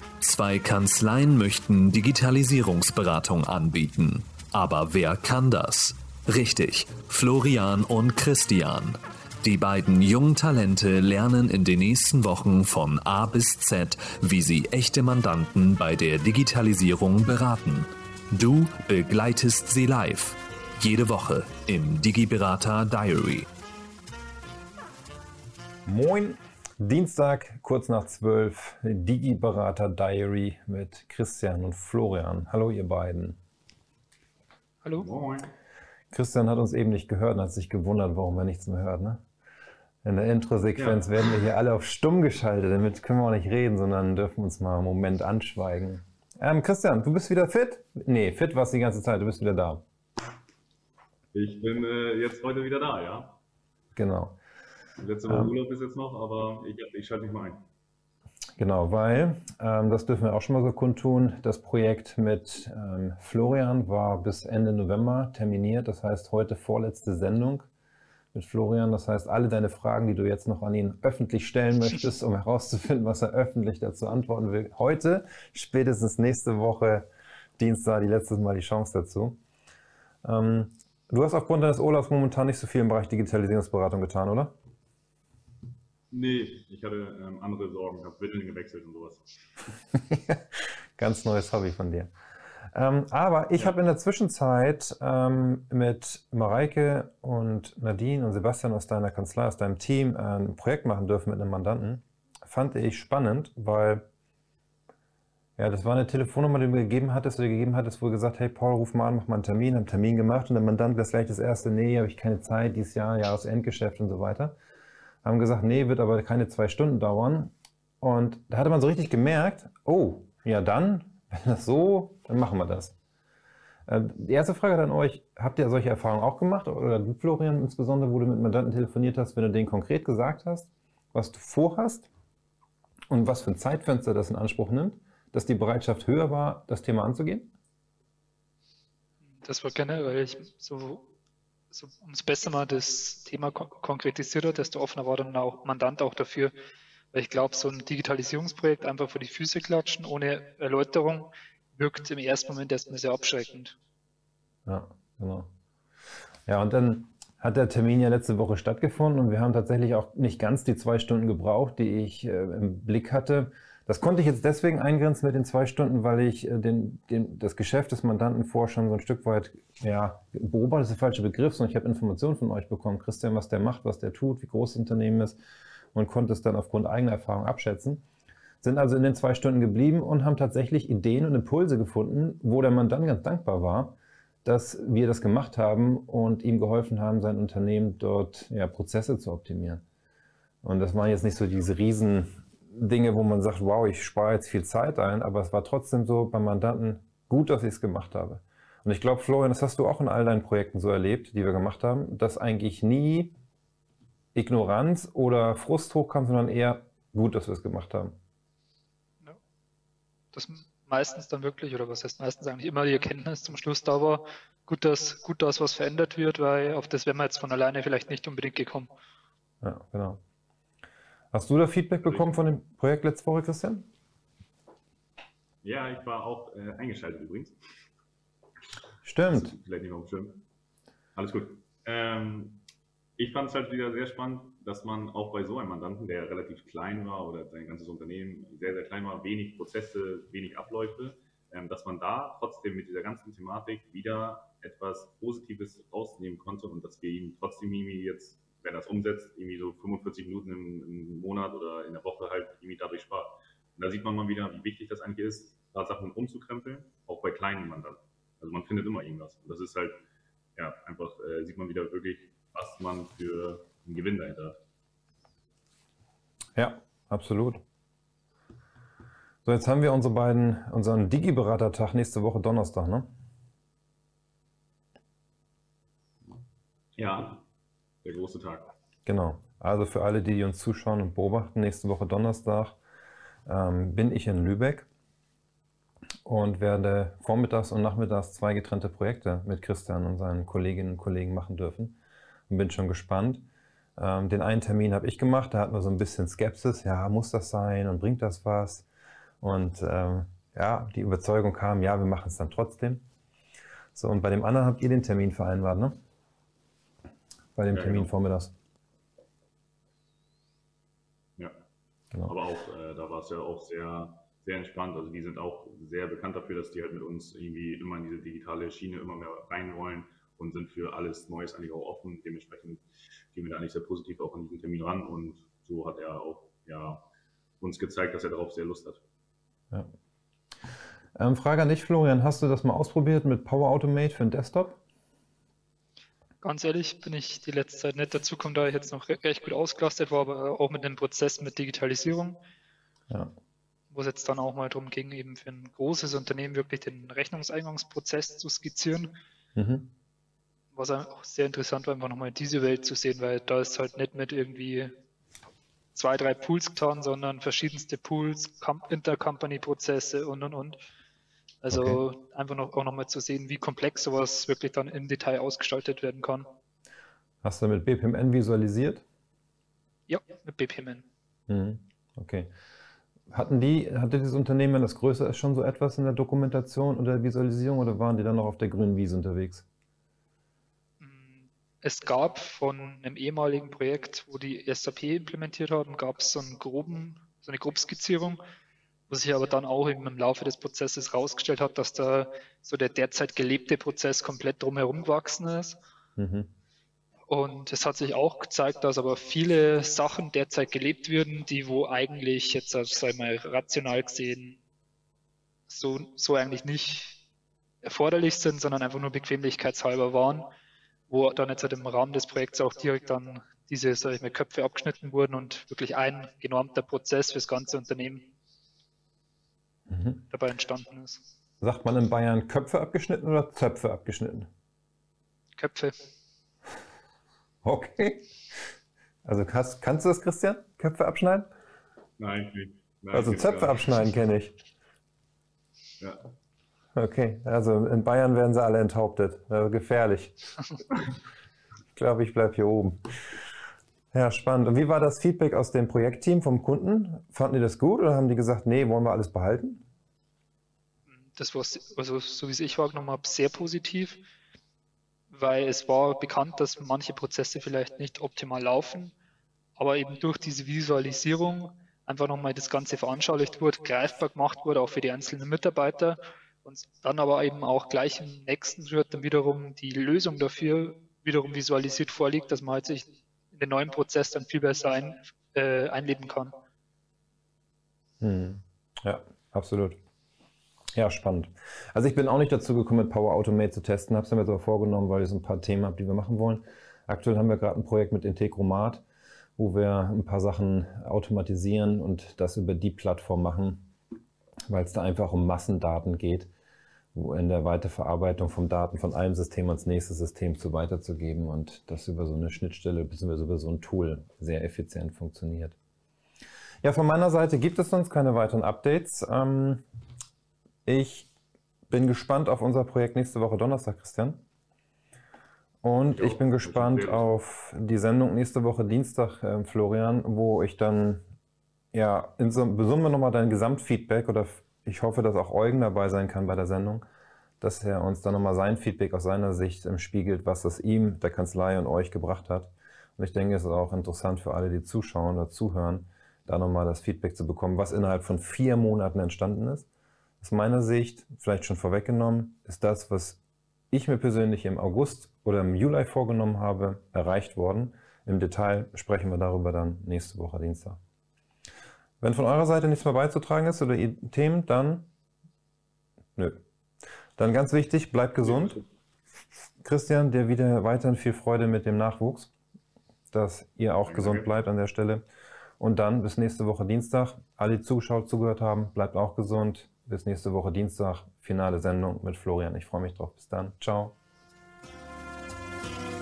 Zwei Kanzleien möchten Digitalisierungsberatung anbieten. Aber wer kann das? Richtig, Florian und Christian. Die beiden jungen Talente lernen in den nächsten Wochen von A bis Z, wie sie echte Mandanten bei der Digitalisierung beraten. Du begleitest sie live. Jede Woche im Digiberater Diary. Moin, Dienstag, kurz nach 12, Digiberater Diary mit Christian und Florian. Hallo ihr beiden. Hallo. Moin. Christian hat uns eben nicht gehört und hat sich gewundert, warum er nichts mehr hört, ne? In der Intro-Sequenz werden wir hier alle auf stumm geschaltet, damit können wir auch nicht reden, sondern dürfen uns mal einen Moment anschweigen. Christian, du bist wieder fit? Nee, fit warst du die ganze Zeit, du bist wieder da. Ich bin jetzt heute wieder da, ja. Genau. Letzte Woche Urlaub ist jetzt noch, aber ich schalte mich mal ein. Genau, weil, das dürfen wir auch schon mal so kundtun, das Projekt mit Florian war bis Ende November terminiert, das heißt heute vorletzte Sendung mit Florian, das heißt alle deine Fragen, die du jetzt noch an ihn öffentlich stellen möchtest, um herauszufinden, was er öffentlich dazu antworten will, heute, spätestens nächste Woche, Dienstag, die letztes Mal die Chance dazu. Du hast aufgrund deines Urlaubs momentan nicht so viel im Bereich Digitalisierungsberatung getan, oder? Nee, ich hatte andere Sorgen, habe Windeln gewechselt und sowas. Ganz neues Hobby von dir. Aber ich habe in der Zwischenzeit mit Mareike und Nadine und Sebastian aus deiner Kanzlei, aus deinem Team ein Projekt machen dürfen mit einem Mandanten. Fand ich spannend, weil ja, das war eine Telefonnummer, die du mir gegeben hattest, wo du gesagt hast, hey Paul, ruf mal an, mach mal einen Termin, haben einen Termin gemacht und der Mandant wäre gleich das erste, nee, habe ich keine Zeit, dieses Jahr, Jahresendgeschäft und so weiter. Haben gesagt, nee, wird aber keine 2 Stunden dauern. Und da hatte man so richtig gemerkt, oh, ja dann, wenn das so, dann machen wir das. Die erste Frage an euch, habt ihr solche Erfahrungen auch gemacht? Oder du, Florian, insbesondere, wo du mit Mandanten telefoniert hast, wenn du denen konkret gesagt hast, was du vorhast und was für ein Zeitfenster das in Anspruch nimmt, dass die Bereitschaft höher war, das Thema anzugehen? Das war generell, umso besser man das Thema konkretisiert hat, desto offener war dann auch Mandant auch dafür. Weil ich glaube, so ein Digitalisierungsprojekt einfach vor die Füße klatschen, ohne Erläuterung, wirkt im ersten Moment erstmal sehr abschreckend. Ja, genau. Ja, und dann hat der Termin ja letzte Woche stattgefunden und wir haben tatsächlich auch nicht ganz die 2 Stunden gebraucht, die ich im Blick hatte. Das konnte ich jetzt deswegen eingrenzen mit den 2 Stunden, weil ich das Geschäft des Mandanten vorher schon so ein Stück weit, ja, beobachtet ist der falsche Begriff, sondern ich habe Informationen von euch bekommen, Christian, was der macht, was der tut, wie groß das Unternehmen ist und konnte es dann aufgrund eigener Erfahrung abschätzen. Sind also in den 2 Stunden geblieben und haben tatsächlich Ideen und Impulse gefunden, wo der Mandant ganz dankbar war, dass wir das gemacht haben und ihm geholfen haben, sein Unternehmen dort Prozesse zu optimieren. Und das waren jetzt nicht so diese riesen Dinge, wo man sagt, wow, ich spare jetzt viel Zeit ein, aber es war trotzdem so beim Mandanten gut, dass ich es gemacht habe. Und ich glaube, Florian, das hast du auch in all deinen Projekten so erlebt, die wir gemacht haben, dass eigentlich nie Ignoranz oder Frust hochkam, sondern eher gut, dass wir es gemacht haben. Ja. Das meistens dann wirklich, oder was heißt meistens eigentlich immer die Erkenntnis zum Schluss da war, gut, dass was verändert wird, weil auf das wären wir jetzt von alleine vielleicht nicht unbedingt gekommen. Ja, genau. Hast du da Feedback bekommen von dem Projekt letzte Woche, Christian? Ja, ich war auch eingeschaltet übrigens. Stimmt. Vielleicht nicht auf dem Schirm. Alles gut. Ich fand es halt wieder sehr spannend, dass man auch bei so einem Mandanten, der relativ klein war oder sein ganzes Unternehmen sehr, sehr klein war, wenig Prozesse, wenig Abläufe, dass man da trotzdem mit dieser ganzen Thematik wieder etwas Positives rausnehmen konnte und dass wir ihm trotzdem irgendwie jetzt, wenn er das umsetzt, irgendwie so 45 Minuten im Monat oder in der Woche halt irgendwie dadurch spart. Und da sieht man mal wieder, wie wichtig das eigentlich ist, da Sachen umzukrempeln, auch bei kleinen Mandanten. Also man findet immer irgendwas. Und das ist halt, ja, einfach sieht man wieder wirklich, was man für einen Gewinn dahinter hat. Ja, absolut. So, jetzt haben wir unseren Digi-Berater-Tag nächste Woche Donnerstag, ne? Ja, der große Tag. Genau. Also für alle, die uns zuschauen und beobachten, nächste Woche Donnerstag bin ich in Lübeck und werde vormittags und nachmittags 2 getrennte Projekte mit Christian und seinen Kolleginnen und Kollegen machen dürfen. Und bin schon gespannt. Den einen Termin habe ich gemacht, da hatten wir so ein bisschen Skepsis, ja, muss das sein und bringt das was? Und ja, die Überzeugung kam, ja, wir machen es dann trotzdem. So, und bei dem anderen habt ihr den Termin vereinbart, ne? Bei dem Termin genau. vormittags. Ja, Genau. aber auch, da war es ja auch sehr, sehr entspannt. Also die sind auch sehr bekannt dafür, dass die halt mit uns irgendwie immer in diese digitale Schiene immer mehr rein wollen und sind für alles Neues eigentlich auch offen. Dementsprechend gehen wir da eigentlich sehr positiv auch an diesen Termin ran und so hat er auch ja, uns gezeigt, dass er darauf sehr Lust hat. Ja. Frage an dich, Florian, hast du das mal ausprobiert mit Power Automate für den Desktop? Ganz ehrlich bin ich die letzte Zeit nicht dazu gekommen, da ich jetzt noch recht gut ausgelastet war, aber auch mit dem Prozess mit Digitalisierung, Ja. wo es jetzt dann auch mal darum ging, eben für ein großes Unternehmen wirklich den Rechnungseingangsprozess zu skizzieren, Mhm. was auch sehr interessant war, einfach nochmal diese Welt zu sehen, weil da ist halt nicht mit irgendwie 2, 3 Pools getan, sondern verschiedenste Pools, Intercompany-Prozesse und. Also Okay. einfach auch nochmal zu sehen, wie komplex sowas wirklich dann im Detail ausgestaltet werden kann. Hast du mit BPMN visualisiert? Ja, mit BPMN. Mhm. Okay. Hatte dieses Unternehmen, wenn das größer ist, schon so etwas in der Dokumentation oder Visualisierung oder waren die dann noch auf der grünen Wiese unterwegs? Es gab von einem ehemaligen Projekt, wo die SAP implementiert haben, gab es so eine Grobskizzierung, wo sich aber dann auch eben im Laufe des Prozesses herausgestellt hat, dass da so der derzeit gelebte Prozess komplett drumherum gewachsen ist. Mhm. Und es hat sich auch gezeigt, dass aber viele Sachen derzeit gelebt werden, die wo eigentlich jetzt, sag ich mal, rational gesehen so eigentlich nicht erforderlich sind, sondern einfach nur bequemlichkeitshalber waren, wo dann jetzt halt im Rahmen des Projekts auch direkt dann diese, sag ich mal, Köpfe abgeschnitten wurden und wirklich ein genormter Prozess fürs ganze Unternehmen dabei entstanden ist. Sagt man in Bayern Köpfe abgeschnitten oder Zöpfe abgeschnitten? Köpfe. Okay. Also kannst du das, Christian? Köpfe abschneiden? Nein, nicht. Nein, Also kenn ich Zöpfe gar nicht. abschneiden kenne ich. Ja. Okay, also in Bayern werden sie alle enthauptet. Also gefährlich. Ich glaube, ich bleibe hier oben. Ja, spannend. Und wie war das Feedback aus dem Projektteam vom Kunden? Fanden die das gut oder haben die gesagt, nee, wollen wir alles behalten? Das war, also so wie es ich wahrgenommen habe, sehr positiv, weil es war bekannt, dass manche Prozesse vielleicht nicht optimal laufen, aber eben durch diese Visualisierung einfach nochmal das Ganze veranschaulicht wurde, greifbar gemacht wurde, auch für die einzelnen Mitarbeiter und dann aber eben auch gleich im nächsten Schritt dann wiederum die Lösung dafür wiederum visualisiert vorliegt, dass man halt sich in den neuen Prozess dann viel besser einleben kann. Ja, absolut. Ja, spannend. Also ich bin auch nicht dazu gekommen, mit Power Automate zu testen, habe es mir jetzt aber vorgenommen, weil ich so ein paar Themen habe, die wir machen wollen. Aktuell haben wir gerade ein Projekt mit Integromat, wo wir ein paar Sachen automatisieren und das über die Plattform machen, weil es da einfach um Massendaten geht, wo in der Weiterverarbeitung von Daten von einem System ans nächste System zu weiterzugeben und das über so eine Schnittstelle bzw. über so ein Tool sehr effizient funktioniert. Ja, von meiner Seite gibt es sonst keine weiteren Updates. Ich bin gespannt auf unser Projekt nächste Woche Donnerstag, Christian. Und ich bin gespannt auf die Sendung nächste Woche Dienstag, Florian, wo ich dann ja in Summe nochmal dein Gesamtfeedback oder ich hoffe, dass auch Eugen dabei sein kann bei der Sendung, dass er uns dann nochmal sein Feedback aus seiner Sicht spiegelt, was das ihm, der Kanzlei und euch gebracht hat. Und ich denke, es ist auch interessant für alle, die zuschauen oder zuhören, da nochmal das Feedback zu bekommen, was innerhalb von 4 Monaten entstanden ist. Aus meiner Sicht, vielleicht schon vorweggenommen, ist das, was ich mir persönlich im August oder im Juli vorgenommen habe, erreicht worden. Im Detail sprechen wir darüber dann nächste Woche Dienstag. Wenn von eurer Seite nichts mehr beizutragen ist oder Themen, dann nö. Dann ganz wichtig, bleibt gesund. Christian, dir wieder weiterhin viel Freude mit dem Nachwuchs, dass ihr auch gesund bleibt an der Stelle. Und dann bis nächste Woche Dienstag. Alle, die zugeschaut, zugehört haben, bleibt auch gesund. Bis nächste Woche Dienstag, finale Sendung mit Florian. Ich freue mich drauf. Bis dann. Ciao.